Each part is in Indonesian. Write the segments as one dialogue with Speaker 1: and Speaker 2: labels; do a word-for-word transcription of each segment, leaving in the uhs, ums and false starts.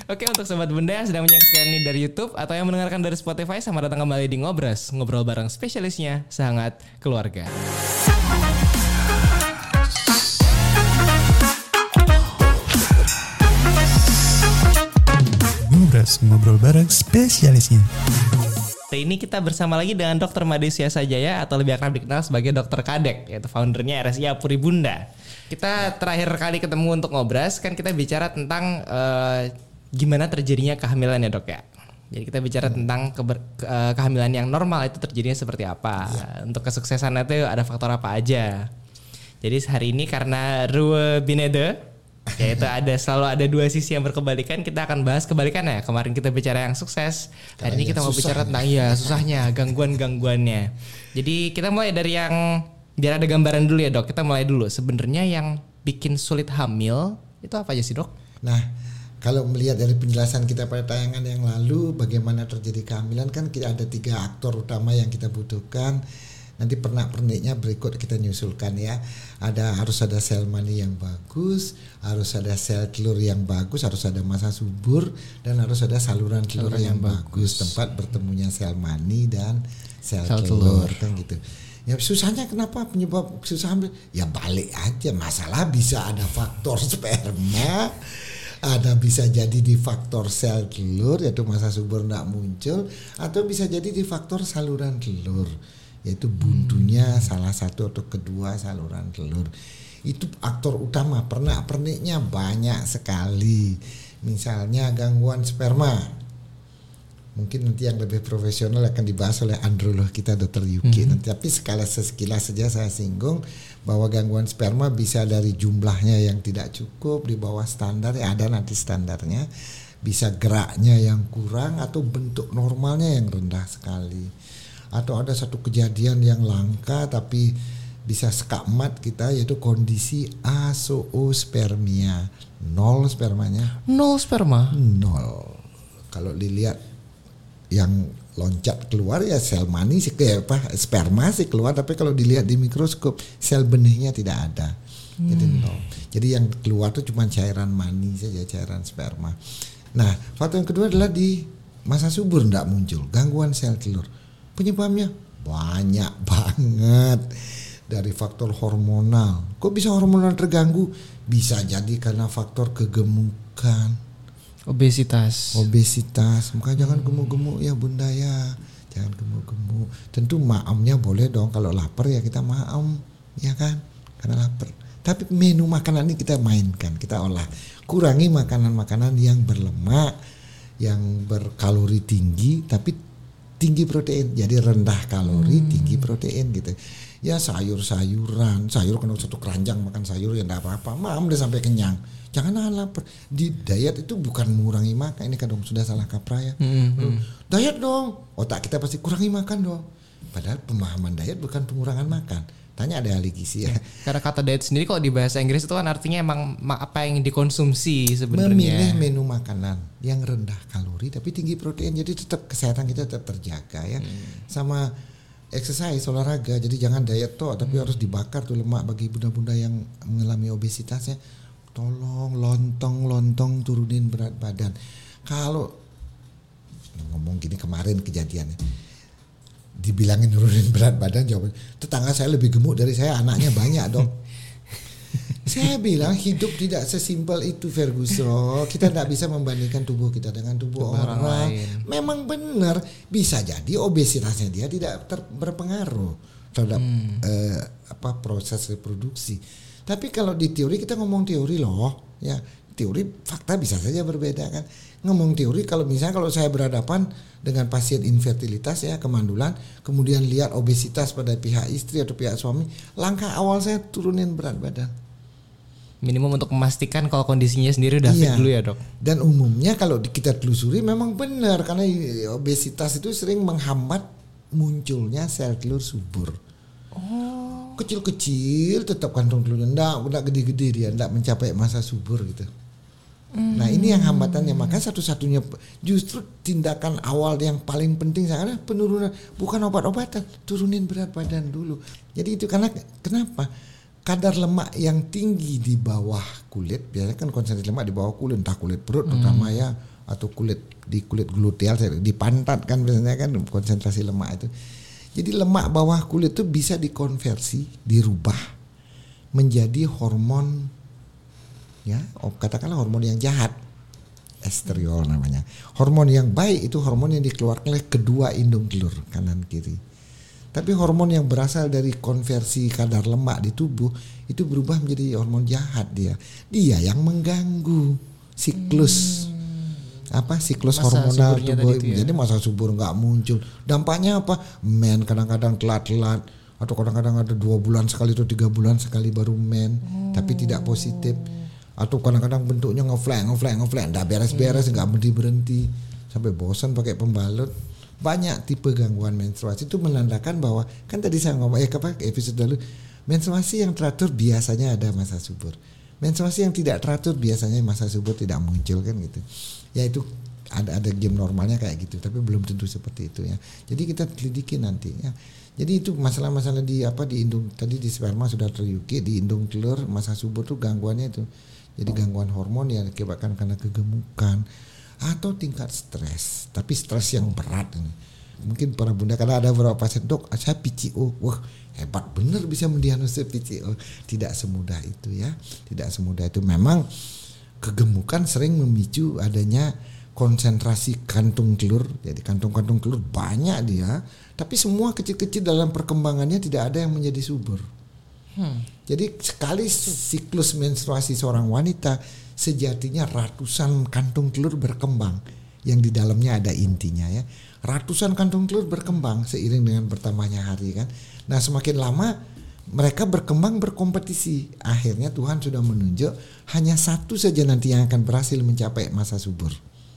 Speaker 1: Oke, untuk Sobat Bunda yang sedang menyaksikan ini dari YouTube atau yang mendengarkan dari Spotify, selamat datang kembali di Ngobras, ngobrol bareng spesialisnya Sehangat Keluarga.
Speaker 2: Ngobras, ngobrol bareng spesialisnya.
Speaker 1: Hari ini kita bersama lagi dengan Dokter Madisya Sajaya atau lebih akrab dikenal sebagai Dokter Kadek, yaitu foundernya R S I Apuri Bunda. Kita terakhir kali ketemu untuk ngobras kan kita bicara tentang uh, gimana terjadinya kehamilan ya dok ya. Jadi kita bicara hmm. tentang keber, ke, uh, kehamilan yang normal itu terjadinya seperti apa. Ya. Untuk kesuksesan itu ada faktor apa aja. Jadi hari ini karena Rue Binede, yaitu ada selalu ada dua sisi yang berkebalikan, kita akan bahas kebalikannya. Kemarin kita bicara yang sukses, hari ini kita mau bicara tentang ya susahnya, gangguan-gangguannya. Jadi kita mulai dari yang biar ada gambaran dulu ya dok. Kita mulai dulu. Sebenarnya yang bikin sulit hamil itu apa aja sih dok?
Speaker 3: Nah, kalau melihat dari penjelasan kita pada tayangan yang lalu, bagaimana terjadi kehamilan kan kita ada tiga aktor utama yang kita butuhkan. Nanti pernak-perniknya berikut kita nyusulkan ya. Ada harus ada sel mani yang bagus, harus ada sel telur yang bagus, harus ada massa subur, dan harus ada saluran telur yang, yang bagus. bagus. Tempat bertemunya sel mani dan sel, sel telur, telur kan gitu. Ya susahnya kenapa penyebab susah hamil? Ya balik aja, masalah bisa ada faktor sperma, ada bisa jadi di faktor sel telur yaitu massa subur tidak muncul, atau bisa jadi di faktor saluran telur yaitu buntunya hmm. salah satu atau kedua saluran telur. Itu aktor utama. Pernak-perniknya banyak sekali. Misalnya gangguan sperma. Mungkin nanti yang lebih profesional akan dibahas oleh androlog kita Dokter Yuki. Hmm. Nanti, tapi sekali sekilas saja saya singgung bahwa gangguan sperma bisa dari jumlahnya yang tidak cukup di bawah standar, ya ada nanti standarnya, bisa geraknya yang kurang atau bentuk normalnya yang rendah sekali. Atau ada satu kejadian yang langka tapi bisa skakmat kita, yaitu kondisi azoospermia, nol spermanya.
Speaker 1: Nol sperma?
Speaker 3: Nol. Kalau dilihat yang loncat keluar ya sel mani sih, kayak apa, sperma sih keluar, tapi kalau dilihat di mikroskop sel benihnya tidak ada. Hmm. Jadi nol. Jadi yang keluar tuh cuma cairan mani saja, cairan sperma. Nah, faktor yang kedua adalah di massa subur tidak muncul, gangguan sel telur. Penyebabnya banyak banget, dari faktor hormonal. Kok bisa hormonal terganggu? Bisa jadi karena faktor kegemukan,
Speaker 1: obesitas.
Speaker 3: Obesitas, maka hmm. jangan gemuk-gemuk ya bunda ya, jangan gemuk-gemuk. Tentu maamnya boleh dong, kalau lapar ya kita maam, ya kan? Karena lapar. Tapi menu makanan ini kita mainkan, kita olah. Kurangi makanan-makanan yang berlemak, yang berkalori tinggi, tapi tinggi protein, jadi rendah kalori, hmm. tinggi protein gitu. Ya sayur-sayuran, sayur kena satu keranjang makan sayur ya enggak apa-apa, mam udah sampai kenyang. Jangan nahan lapar. Di diet itu bukan mengurangi makan, ini kan dong sudah salah kaprah ya. Hmm. Hmm. Diet dong, otak kita pasti kurangi makan dong. Padahal pemahaman diet bukan pengurangan makan. Tanya ada ahli gizi ya.
Speaker 1: Karena kata diet sendiri kalau di bahasa Inggris itu kan artinya emang apa yang dikonsumsi sebenarnya.
Speaker 3: Memilih menu makanan yang rendah kalori tapi tinggi protein, jadi tetap kesehatan kita tetap terjaga ya. Hmm. Sama exercise, olahraga. Jadi jangan diet toh, tapi hmm. harus dibakar tuh lemak bagi bunda-bunda yang mengalami obesitas ya. Tolong lontong-lontong turunin berat badan. Kalau ngomong gini kemarin kejadiannya, dibilangin nurunin berat badan, jawaban tetangga saya lebih gemuk dari saya, anaknya banyak dong. Saya bilang hidup tidak sesimpel itu Ferguson. Kita tidak bisa membandingkan tubuh kita dengan tubuh orang, orang lain. Memang benar bisa jadi obesitasnya dia tidak ter- berpengaruh terhadap hmm. eh, apa proses reproduksi. Tapi kalau di teori, kita ngomong teori loh, ya teori fakta bisa saja berbeda kan. Ngomong teori, kalau misalnya kalau saya berhadapan dengan pasien infertilitas ya, kemandulan, kemudian lihat obesitas pada pihak istri atau pihak suami, langkah awal saya turunin berat badan.
Speaker 1: Minimum untuk memastikan kalau kondisinya sendiri udah
Speaker 3: iya.
Speaker 1: fit dulu ya dok.
Speaker 3: Dan umumnya kalau kita telusuri memang benar, karena obesitas itu sering menghambat munculnya sel telur subur. Oh. Kecil-kecil tetap kantong telurnya, enggak, enggak gede-gede dia, enggak mencapai massa subur gitu. Hmm. Nah ini yang hambatannya, maka satu-satunya justru tindakan awal yang paling penting adalah penurunan, bukan obat-obatan, turunin berat badan dulu. Jadi itu karena kenapa? Kadar lemak yang tinggi di bawah kulit, biasanya kan konsentrasi lemak di bawah kulit, entah kulit perut hmm. terutama ya, atau kulit di kulit gluteal, di pantat kan biasanya kan konsentrasi lemak itu. Jadi lemak bawah kulit itu bisa dikonversi, dirubah menjadi hormon, ya katakanlah hormon yang jahat, estriol namanya. Hormon yang baik itu hormon yang dikeluarkan oleh kedua indung telur kanan kiri. Tapi hormon yang berasal dari konversi kadar lemak di tubuh itu berubah menjadi hormon jahat dia. Dia yang mengganggu siklus hmm. apa siklus
Speaker 1: masa
Speaker 3: hormonal tubuh.
Speaker 1: Ya?
Speaker 3: Jadi masa subur nggak muncul. Dampaknya apa? Men kadang-kadang telat-telat atau kadang-kadang ada dua bulan sekali atau tiga bulan sekali baru men, hmm. tapi tidak positif. Atau kadang-kadang bentuknya ngeflek, ngeflek, ngeflek, nggak beres-beres, nggak hmm. berhenti-berhenti sampai bosan pakai pembalut. Banyak tipe gangguan menstruasi itu menandakan bahwa kan tadi saya ngomong ya apa episode lalu, menstruasi yang teratur biasanya ada masa subur, menstruasi yang tidak teratur biasanya masa subur tidak muncul kan gitu. Ya itu ada ada game normalnya kayak gitu, tapi belum tentu seperti itu ya. Jadi kita selidiki nanti ya. Jadi itu masalah-masalah di apa di indung tadi di sperma sudah teryuki, di indung telur masa subur tuh gangguannya itu. Jadi gangguan hormon yang akibatkan karena kegemukan atau tingkat stres, tapi stres yang berat ini. Mungkin para bunda karena ada beberapa pasien, dok saya P C O, wah hebat bener bisa mendiagnosis P C O. Tidak semudah itu ya, tidak semudah itu. Memang kegemukan sering memicu adanya konsentrasi kantung telur, jadi kantung-kantung telur banyak dia, tapi semua kecil-kecil dalam perkembangannya tidak ada yang menjadi subur. Hmm. Jadi sekali siklus menstruasi seorang wanita sejatinya ratusan kantung telur berkembang yang di dalamnya ada intinya ya. Ratusan kantung telur berkembang seiring dengan bertambahnya hari kan. Nah semakin lama mereka berkembang berkompetisi. Akhirnya Tuhan sudah menunjuk hanya satu saja nanti yang akan berhasil mencapai masa subur.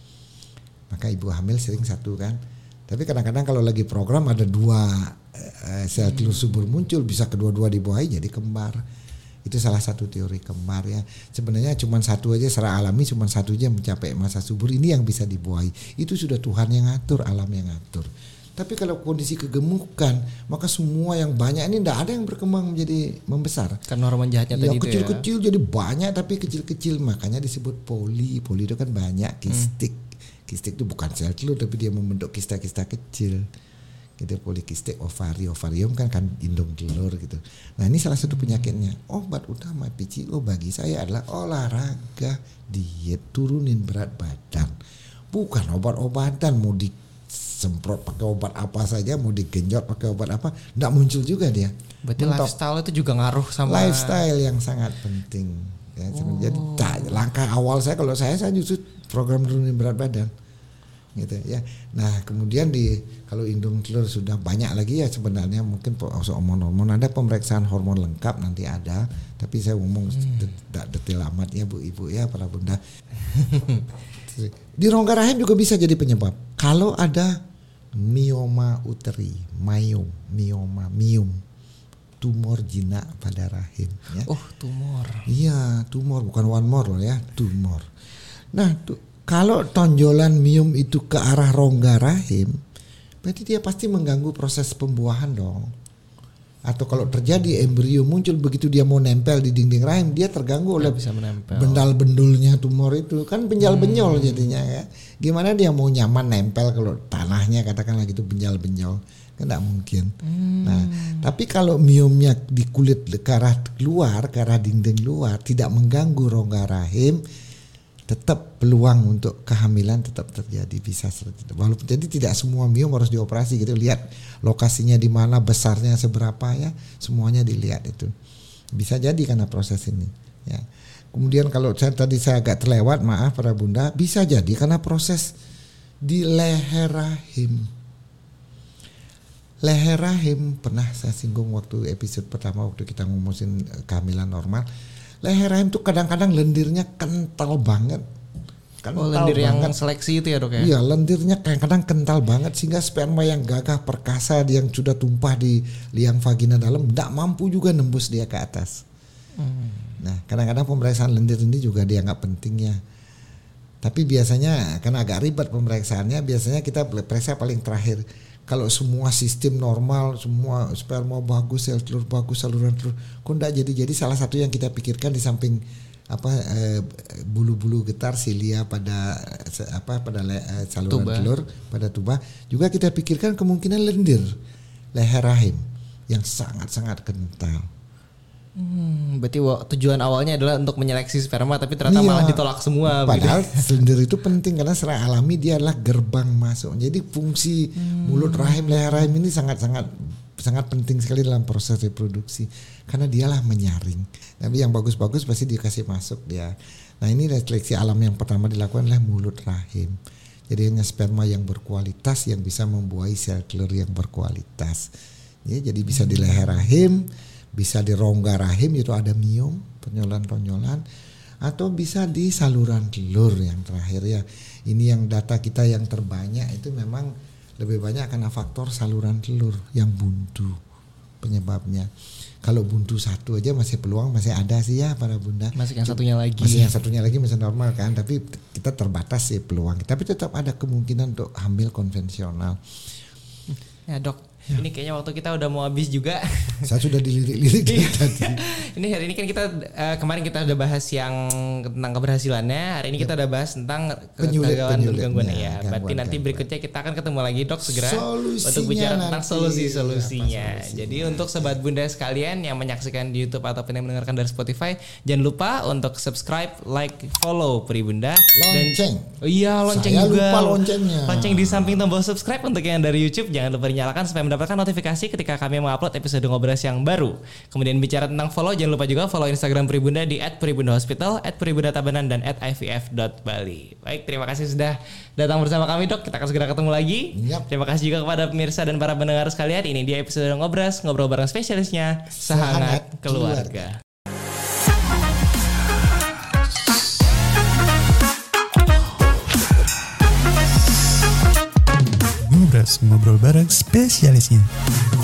Speaker 3: Maka ibu hamil sering satu kan. Tapi kadang-kadang kalau lagi program ada dua uh, sel telur subur muncul, bisa kedua-dua dibuahi jadi kembar. Itu salah satu teori kembar ya. Sebenarnya cuma satu aja secara alami, cuma satu aja mencapai masa subur ini yang bisa dibuahi. Itu sudah Tuhan yang ngatur, alam yang ngatur. Tapi kalau kondisi kegemukan, maka semua yang banyak ini tidak ada yang berkembang menjadi membesar.
Speaker 1: Karena hormon jahatnya
Speaker 3: ya,
Speaker 1: tadi
Speaker 3: kecil-kecil
Speaker 1: itu ya.
Speaker 3: Jadi banyak tapi kecil-kecil, makanya disebut poli. Poli itu kan banyak, kistik. Hmm. Kistik itu bukan sel telur tapi dia membentuk kista-kista kecil. Gitu, polikistik ovari, ovarium kan kan indung telur gitu. Nah ini salah satu penyakitnya. Obat utama P C O bagi saya adalah olahraga, diet, turunin berat badan. Bukan obat-obatan, mau disemprot pakai obat apa saja, mau digenjot pakai obat apa, enggak muncul juga dia.
Speaker 1: Berarti Mentok. Lifestyle itu juga ngaruh sama
Speaker 3: lifestyle yang sangat penting. Ya, oh. Jadi tak, langkah awal saya kalau saya saya justru program turunin berat badan. Gitu ya. Nah kemudian di kalau indung telur sudah banyak lagi ya sebenarnya mungkin hormon-hormon ada pemeriksaan hormon lengkap nanti ada, tapi saya ngomong tidak hmm. detail amat ya bu ibu ya para bunda. Di rongga rahim juga bisa jadi penyebab. Kalau ada mioma uteri, myom, mioma, miom, tumor jinak pada rahim. Ya.
Speaker 1: Oh tumor.
Speaker 3: Iya tumor bukan one more loh ya, tumor. Nah tuh. Kalau tonjolan miom itu ke arah rongga rahim, berarti dia pasti mengganggu proses pembuahan dong. Atau kalau terjadi embrio muncul begitu dia mau nempel di dinding rahim, dia terganggu oleh bendal-bendulnya tumor itu. Kan benjal-benjol hmm. jadinya ya. Gimana dia mau nyaman nempel kalau tanahnya katakanlah gitu benjal-benjol. Kan tidak mungkin. Hmm. Nah, tapi kalau miomnya di kulit ke arah luar, ke arah dinding luar, tidak mengganggu rongga rahim, tetap peluang untuk kehamilan tetap terjadi bisa walaupun jadi tidak semua miom harus dioperasi gitu, lihat lokasinya di mana, besarnya seberapa ya, semuanya dilihat itu bisa jadi karena proses ini ya. Kemudian kalau saya tadi saya agak terlewat maaf para bunda, bisa jadi karena proses di leher rahim. Leher rahim pernah saya singgung waktu episode pertama waktu kita ngomongin kehamilan normal. Leher rahim tuh kadang-kadang lendirnya kental banget. Kental
Speaker 1: oh lendir
Speaker 3: banget.
Speaker 1: Yang seleksi itu ya dok ya?
Speaker 3: Iya lendirnya kadang-kadang kental banget sehingga sperma yang gagah perkasa yang sudah tumpah di liang vagina dalam tidak mampu juga nembus dia ke atas. Hmm. Nah kadang-kadang pemeriksaan lendir ini juga dianggap pentingnya. Tapi biasanya karena agak ribet pemeriksaannya, biasanya kita periksa paling terakhir. Kalau semua sistem normal, semua sperma bagus, sel telur bagus, saluran telur, kok enggak jadi-jadi salah satu yang kita pikirkan di samping apa eh, bulu-bulu getah silia pada apa pada le, eh, saluran
Speaker 1: Tuba.
Speaker 3: telur pada tuba. Juga kita pikirkan kemungkinan lendir leher rahim yang sangat-sangat kental.
Speaker 1: Hmm, berarti wa- tujuan awalnya adalah untuk menyeleksi sperma, tapi ternyata
Speaker 3: Iya.
Speaker 1: malah ditolak semua.
Speaker 3: Padahal lendir itu penting karena secara alami dia adalah gerbang masuk. Jadi fungsi
Speaker 1: Hmm.
Speaker 3: mulut rahim leher rahim ini sangat-sangat sangat penting sekali dalam proses reproduksi karena dialah menyaring. Tapi yang bagus-bagus pasti dikasih masuk dia. Nah ini seleksi alam yang pertama dilakukan oleh mulut rahim. Jadi hanya sperma yang berkualitas yang bisa membuahi sel telur yang berkualitas. Ya, jadi bisa di leher rahim, bisa di rongga rahim itu ada miom, tonjolan-tonjolan, atau bisa di saluran telur yang terakhir ya. Ini yang data kita yang terbanyak itu memang lebih banyak karena faktor saluran telur yang buntu penyebabnya. Kalau buntu satu aja masih peluang masih ada sih ya para bunda.
Speaker 1: Masih yang satunya lagi.
Speaker 3: Masih yang satunya lagi masih normal kan, tapi kita terbatas sih peluang. Tapi tetap ada kemungkinan untuk hamil konvensional.
Speaker 1: Ya dok, ini kayaknya waktu kita udah mau habis juga.
Speaker 3: Saya sudah dilirik-lirik dari tadi.
Speaker 1: Ini hari ini kan kita uh, kemarin kita udah bahas yang tentang keberhasilannya. Hari ini kita udah bahas tentang
Speaker 3: Penyulit-
Speaker 1: kegagalan dan
Speaker 3: penyulitnya,
Speaker 1: gangguan ya.
Speaker 3: gangguan-
Speaker 1: Berarti nanti
Speaker 3: gangguan.
Speaker 1: berikutnya kita akan ketemu lagi dok segera
Speaker 3: Solusinya
Speaker 1: untuk bicara tentang
Speaker 3: nanti.
Speaker 1: solusi-solusinya.
Speaker 3: Apa solusinya?
Speaker 1: Jadi untuk sobat bunda sekalian yang menyaksikan di YouTube ataupun yang mendengarkan dari Spotify, jangan lupa untuk subscribe, like, follow Peri Bunda
Speaker 3: Lonceng.
Speaker 1: dan oh iya lonceng
Speaker 3: Saya
Speaker 1: juga.
Speaker 3: lupa loncengnya.
Speaker 1: Lonceng di samping tombol subscribe untuk yang dari YouTube jangan lupa dinyalakan supaya mendapatkan notifikasi ketika kami mengupload episode Ngobras yang baru. Kemudian bicara tentang follow, jangan lupa juga follow Instagram Peribunda di et peribunda hospital, et peribunda tabanan, dan et i v f dot bali. Baik, terima kasih sudah datang bersama kami dok. Kita akan segera ketemu lagi.
Speaker 3: Yap.
Speaker 1: Terima kasih juga kepada pemirsa dan para pendengar sekalian. Ini dia episode Ngobras, ngobrol bareng spesialisnya Sehangat
Speaker 3: Sehangat
Speaker 1: Keluarga.
Speaker 2: Ngobras, ngobrol bareng spesialisnya.